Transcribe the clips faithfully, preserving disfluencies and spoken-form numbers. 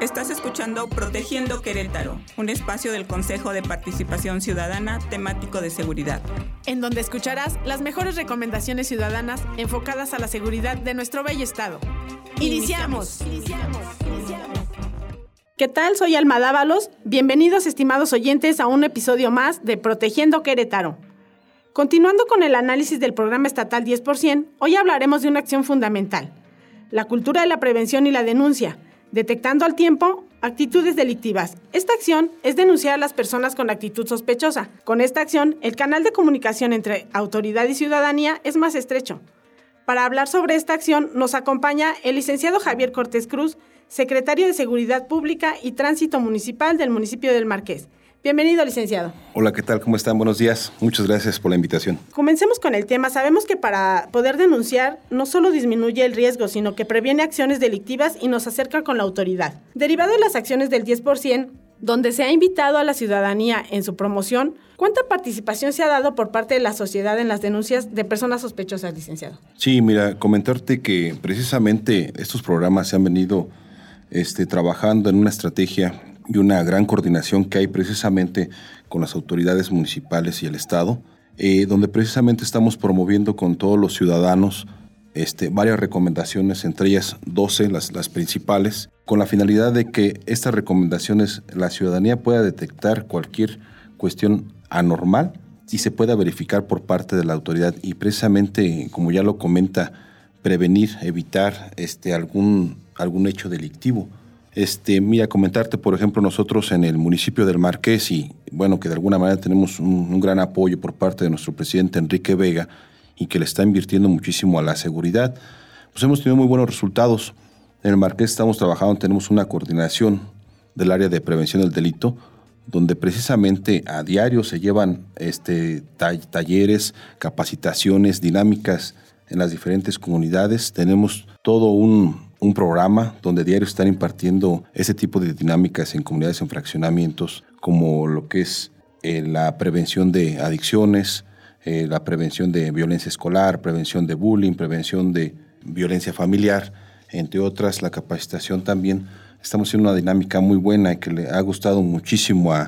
Estás escuchando Protegiendo Querétaro, un espacio del Consejo de Participación Ciudadana temático de seguridad, en donde escucharás las mejores recomendaciones ciudadanas enfocadas a la seguridad de nuestro bello estado. ¡Iniciamos! ¡Iniciamos! ¡Iniciamos! ¿Qué tal? Soy Alma Dávalos. Bienvenidos, estimados oyentes, a un episodio más de Protegiendo Querétaro. Continuando con el análisis del programa estatal diez por ciento, hoy hablaremos de una acción fundamental: la cultura de la prevención y la denuncia, detectando al tiempo actitudes delictivas. Esta acción es denunciar a las personas con actitud sospechosa. Con esta acción, el canal de comunicación entre autoridad y ciudadanía es más estrecho. Para hablar sobre esta acción nos acompaña el licenciado Javier Cortés Cruz, secretario de Seguridad Pública y Tránsito Municipal del municipio del Marqués. Bienvenido, licenciado. Hola, ¿qué tal? ¿Cómo están? Buenos días. Muchas gracias por la invitación. Comencemos con el tema. Sabemos que para poder denunciar no solo disminuye el riesgo, sino que previene acciones delictivas y nos acerca con la autoridad. Derivado de las acciones del diez por ciento, donde se ha invitado a la ciudadanía en su promoción, ¿cuánta participación se ha dado por parte de la sociedad en las denuncias de personas sospechosas, licenciado? Sí, mira, comentarte que precisamente estos programas se han venido este, trabajando en una estrategia y una gran coordinación que hay precisamente con las autoridades municipales y el Estado, eh, donde precisamente estamos promoviendo con todos los ciudadanos este, varias recomendaciones, entre ellas doce, las, las principales, con la finalidad de que estas recomendaciones la ciudadanía pueda detectar cualquier cuestión anormal y se pueda verificar por parte de la autoridad y precisamente, como ya lo comenta, prevenir, evitar este, algún, algún hecho delictivo. Este, mira, comentarte, por ejemplo, nosotros en el municipio del Marqués y, bueno, que de alguna manera tenemos un, un gran apoyo por parte de nuestro presidente Enrique Vega y que le está invirtiendo muchísimo a la seguridad, pues hemos tenido muy buenos resultados. En el Marqués estamos trabajando, tenemos una coordinación del área de prevención del delito, donde precisamente a diario se llevan este, talleres, capacitaciones, dinámicas en las diferentes comunidades. Tenemos todo un... un programa donde diario están impartiendo ese tipo de dinámicas en comunidades en fraccionamientos, como lo que es eh, la prevención de adicciones, eh, la prevención de violencia escolar, prevención de bullying, prevención de violencia familiar, entre otras, la capacitación también. Estamos haciendo una dinámica muy buena que le ha gustado muchísimo a,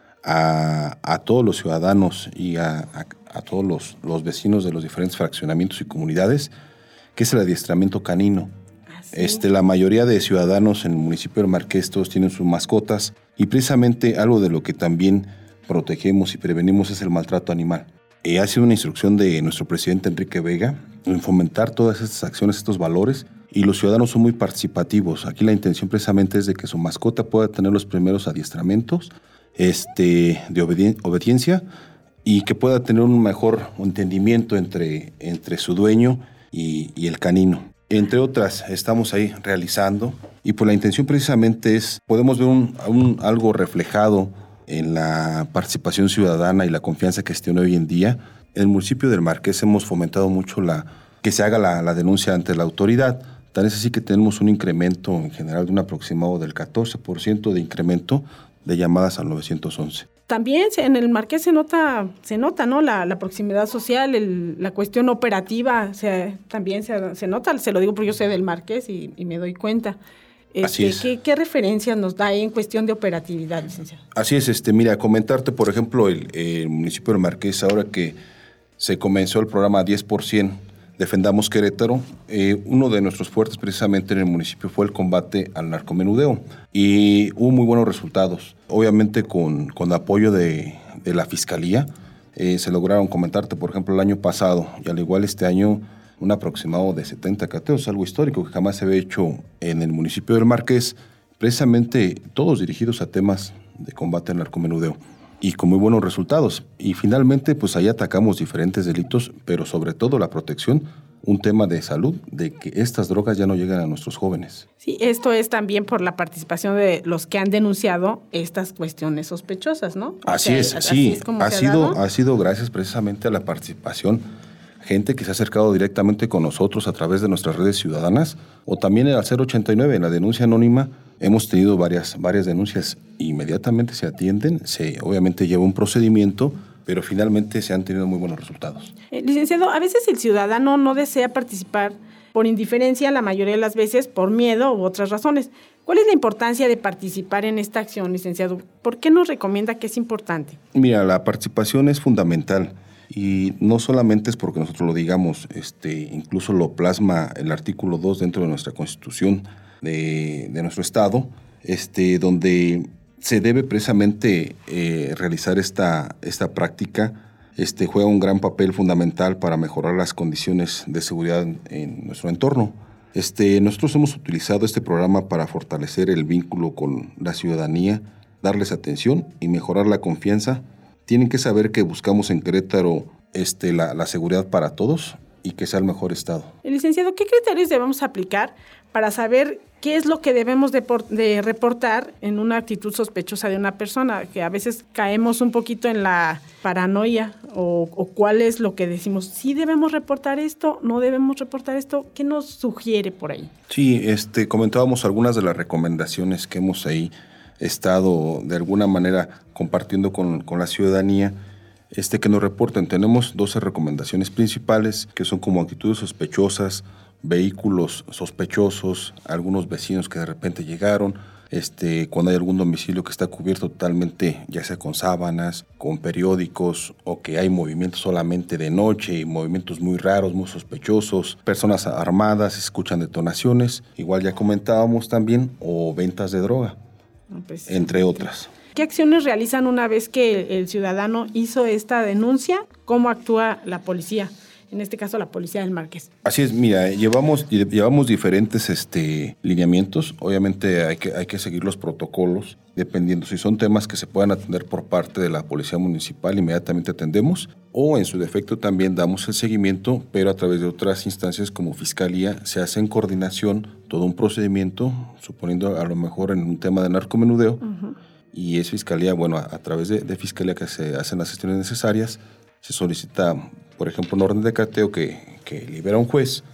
a, a todos los ciudadanos y a, a, a todos los, los vecinos de los diferentes fraccionamientos y comunidades, que es el adiestramiento canino. Este, la mayoría de ciudadanos en el municipio del Marqués todos tienen sus mascotas y precisamente algo de lo que también protegemos y prevenimos es el maltrato animal. Eh, ha sido una instrucción de nuestro presidente Enrique Vega en fomentar todas estas acciones, estos valores, y los ciudadanos son muy participativos. Aquí la intención precisamente es de que su mascota pueda tener los primeros adiestramientos este, de obedi- obediencia y que pueda tener un mejor entendimiento entre, entre su dueño y, y el canino. Entre otras, estamos ahí realizando y pues la intención precisamente es, podemos ver un, un, algo reflejado en la participación ciudadana y la confianza que se tiene hoy en día. En el municipio del Marqués hemos fomentado mucho la, que se haga la, la denuncia ante la autoridad. Tan es así que tenemos un incremento en general de un aproximado del catorce por ciento de incremento de llamadas al nueve once. También en el Marqués se nota, se nota, ¿no? La, la proximidad social, el, la cuestión operativa, o sea, también se, se nota, se lo digo porque yo soy del Marqués y, y me doy cuenta. Este, Así es. ¿qué, ¿Qué referencias nos da ahí en cuestión de operatividad, licenciado? Así es, este, mira, comentarte, por ejemplo, el, el municipio del Marqués, ahora que se comenzó el programa diez por ciento, Defendamos Querétaro, eh, uno de nuestros fuertes precisamente en el municipio fue el combate al narcomenudeo y hubo muy buenos resultados. Obviamente con, con apoyo de, de la Fiscalía eh, se lograron, comentarte, por ejemplo, el año pasado y al igual este año, un aproximado de setenta cateos, algo histórico que jamás se había hecho en el municipio del Marqués, precisamente todos dirigidos a temas de combate al narcomenudeo y con muy buenos resultados. Y finalmente, pues ahí atacamos diferentes delitos, pero sobre todo la protección, un tema de salud, de que estas drogas ya no llegan a nuestros jóvenes. Sí, esto es también por la participación de los que han denunciado estas cuestiones sospechosas, ¿no? Así o sea, es, así sí, es como ha se ha sido, dado. ha sido gracias precisamente a la participación, gente que se ha acercado directamente con nosotros a través de nuestras redes ciudadanas, o también en el cero ochenta y nueve, en la denuncia anónima, hemos tenido varias, varias denuncias, inmediatamente se atienden, se obviamente lleva un procedimiento, pero finalmente se han tenido muy buenos resultados. Eh, licenciado, a veces el ciudadano no desea participar por indiferencia, la mayoría de las veces por miedo u otras razones. ¿Cuál es la importancia de participar en esta acción, licenciado? ¿Por qué nos recomienda que es importante? Mira, la participación es fundamental y no solamente es porque nosotros lo digamos, este, incluso lo plasma el artículo dos dentro de nuestra Constitución de, de nuestro Estado, este, donde se debe precisamente eh, realizar esta, esta práctica. Este, juega un gran papel fundamental para mejorar las condiciones de seguridad en nuestro entorno. Este, nosotros hemos utilizado este programa para fortalecer el vínculo con la ciudadanía, darles atención y mejorar la confianza. Tienen que saber que buscamos en Querétaro este, la, la seguridad para todos y que sea el mejor estado. Licenciado, ¿qué criterios debemos aplicar para saber qué es lo que debemos de, por, de reportar en una actitud sospechosa de una persona? Que a veces caemos un poquito en la paranoia o, o cuál es lo que decimos, sí debemos reportar esto, no debemos reportar esto. ¿Qué nos sugiere por ahí? Sí, este, comentábamos algunas de las recomendaciones que hemos ahí estado de alguna manera compartiendo con, con la ciudadanía. Este, que nos reporten. Tenemos doce recomendaciones principales que son como actitudes sospechosas, vehículos sospechosos, algunos vecinos que de repente llegaron, este, cuando hay algún domicilio que está cubierto totalmente, ya sea con sábanas, con periódicos, o que hay movimientos solamente de noche y movimientos muy raros, muy sospechosos, personas armadas, escuchan detonaciones, igual ya comentábamos también, o ventas de droga, pues, entre otras. ¿Qué acciones realizan una vez que el ciudadano hizo esta denuncia? ¿Cómo actúa la policía? En este caso, la policía del Marqués. Así es, mira, llevamos, llevamos diferentes este, lineamientos. Obviamente hay que, hay que seguir los protocolos, dependiendo si son temas que se puedan atender por parte de la policía municipal, inmediatamente atendemos, o en su defecto también damos el seguimiento, pero a través de otras instancias como Fiscalía se hace en coordinación todo un procedimiento, suponiendo a lo mejor en un tema de narcomenudeo, uh-huh. Y es Fiscalía, bueno, a, a través de, de Fiscalía que se hacen las gestiones necesarias, se solicita, por ejemplo, un orden de cateo que, que libera un juez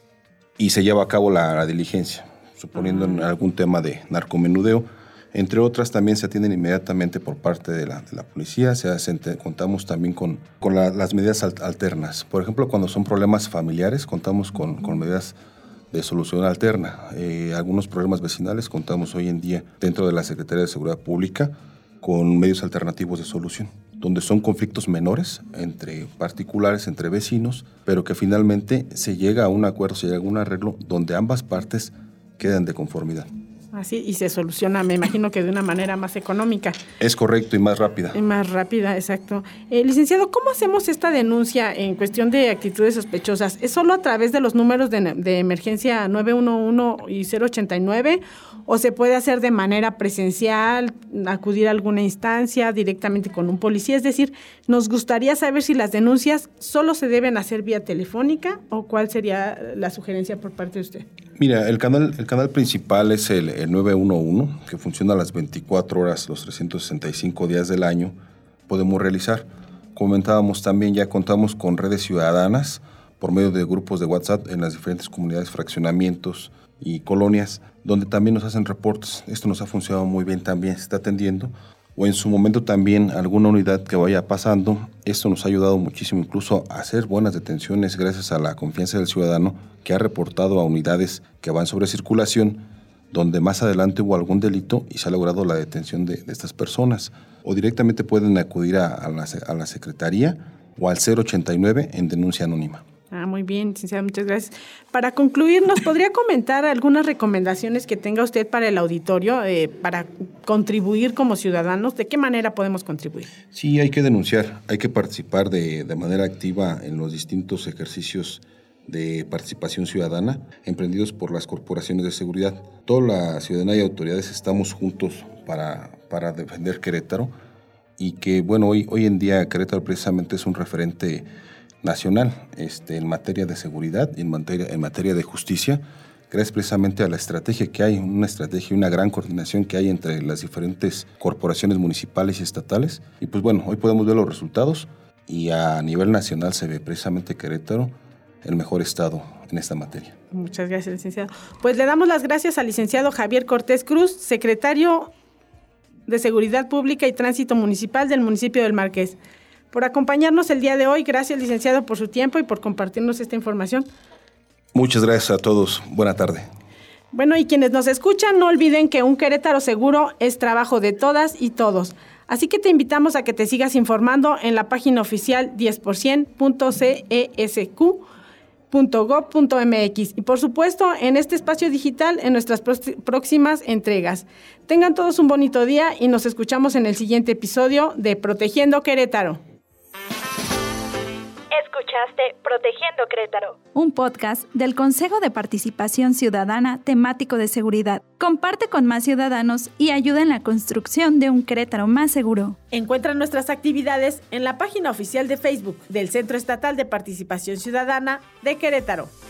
y se lleva a cabo la, la diligencia, suponiendo en algún tema de narcomenudeo. Entre otras, también se atienden inmediatamente por parte de la, de la policía. Se hacen, te, contamos también con, con la, las medidas alternas. Por ejemplo, cuando son problemas familiares, contamos con, con medidas de solución alterna. Eh, algunos problemas vecinales contamos hoy en día dentro de la Secretaría de Seguridad Pública con medios alternativos de solución, donde son conflictos menores entre particulares, entre vecinos, pero que finalmente se llega a un acuerdo, se llega a un arreglo donde ambas partes quedan de conformidad. Así, y se soluciona, me imagino que de una manera más económica. Es correcto, y más rápida. Y más rápida, exacto. Eh, licenciado, ¿cómo hacemos esta denuncia en cuestión de actitudes sospechosas? ¿Es solo a través de los números de, de emergencia nueve uno uno y cero ochenta y nueve o se puede hacer de manera presencial, acudir a alguna instancia directamente con un policía? Es decir, nos gustaría saber si las denuncias solo se deben hacer vía telefónica o cuál sería la sugerencia por parte de usted. Mira, el canal, el canal principal es el, el nueve uno uno, que funciona a las veinticuatro horas, los trescientos sesenta y cinco días del año, podemos realizar. Comentábamos también, ya contamos con redes ciudadanas por medio de grupos de WhatsApp en las diferentes comunidades, fraccionamientos y colonias, donde también nos hacen reportes. Esto nos ha funcionado muy bien también, se está atendiendo. O en su momento también alguna unidad que vaya pasando. Esto nos ha ayudado muchísimo incluso a hacer buenas detenciones gracias a la confianza del ciudadano que ha reportado a unidades que van sobre circulación, donde más adelante hubo algún delito y se ha logrado la detención de, de estas personas. O directamente pueden acudir a, a, la, a la Secretaría o al cero ochenta y nueve en denuncia anónima. Ah, muy bien, licenciado, muchas gracias. Para concluir, ¿nos podría comentar algunas recomendaciones que tenga usted para el auditorio, eh, para contribuir como ciudadanos? ¿De qué manera podemos contribuir? Sí, hay que denunciar, hay que participar de, de manera activa en los distintos ejercicios de participación ciudadana emprendidos por las corporaciones de seguridad. Toda la ciudadanía y autoridades estamos juntos para, para defender Querétaro y que, bueno, hoy, hoy en día Querétaro precisamente es un referente nacional este, en materia de seguridad y en materia, en materia de justicia, gracias precisamente a la estrategia que hay, una estrategia y una gran coordinación que hay entre las diferentes corporaciones municipales y estatales. Y pues bueno, hoy podemos ver los resultados y a nivel nacional se ve precisamente Querétaro el mejor estado en esta materia. Muchas gracias, licenciado. Pues le damos las gracias al licenciado Javier Cortés Cruz, secretario de Seguridad Pública y Tránsito Municipal del municipio del Marqués, por acompañarnos el día de hoy. Gracias, licenciado, por su tiempo y por compartirnos esta información. Muchas gracias a todos. Buena tarde. Bueno, y quienes nos escuchan, no olviden que un Querétaro seguro es trabajo de todas y todos. Así que te invitamos a que te sigas informando en la página oficial diez por ciento punto cesq punto gob punto mx y por supuesto en este espacio digital en nuestras próximas entregas. Tengan todos un bonito día y nos escuchamos en el siguiente episodio de Protegiendo Querétaro. Escuchaste Protegiendo Querétaro, un podcast del Consejo de Participación Ciudadana temático de seguridad. Comparte con más ciudadanos y ayuda en la construcción de un Querétaro más seguro. Encuentra nuestras actividades en la página oficial de Facebook del Centro Estatal de Participación Ciudadana de Querétaro.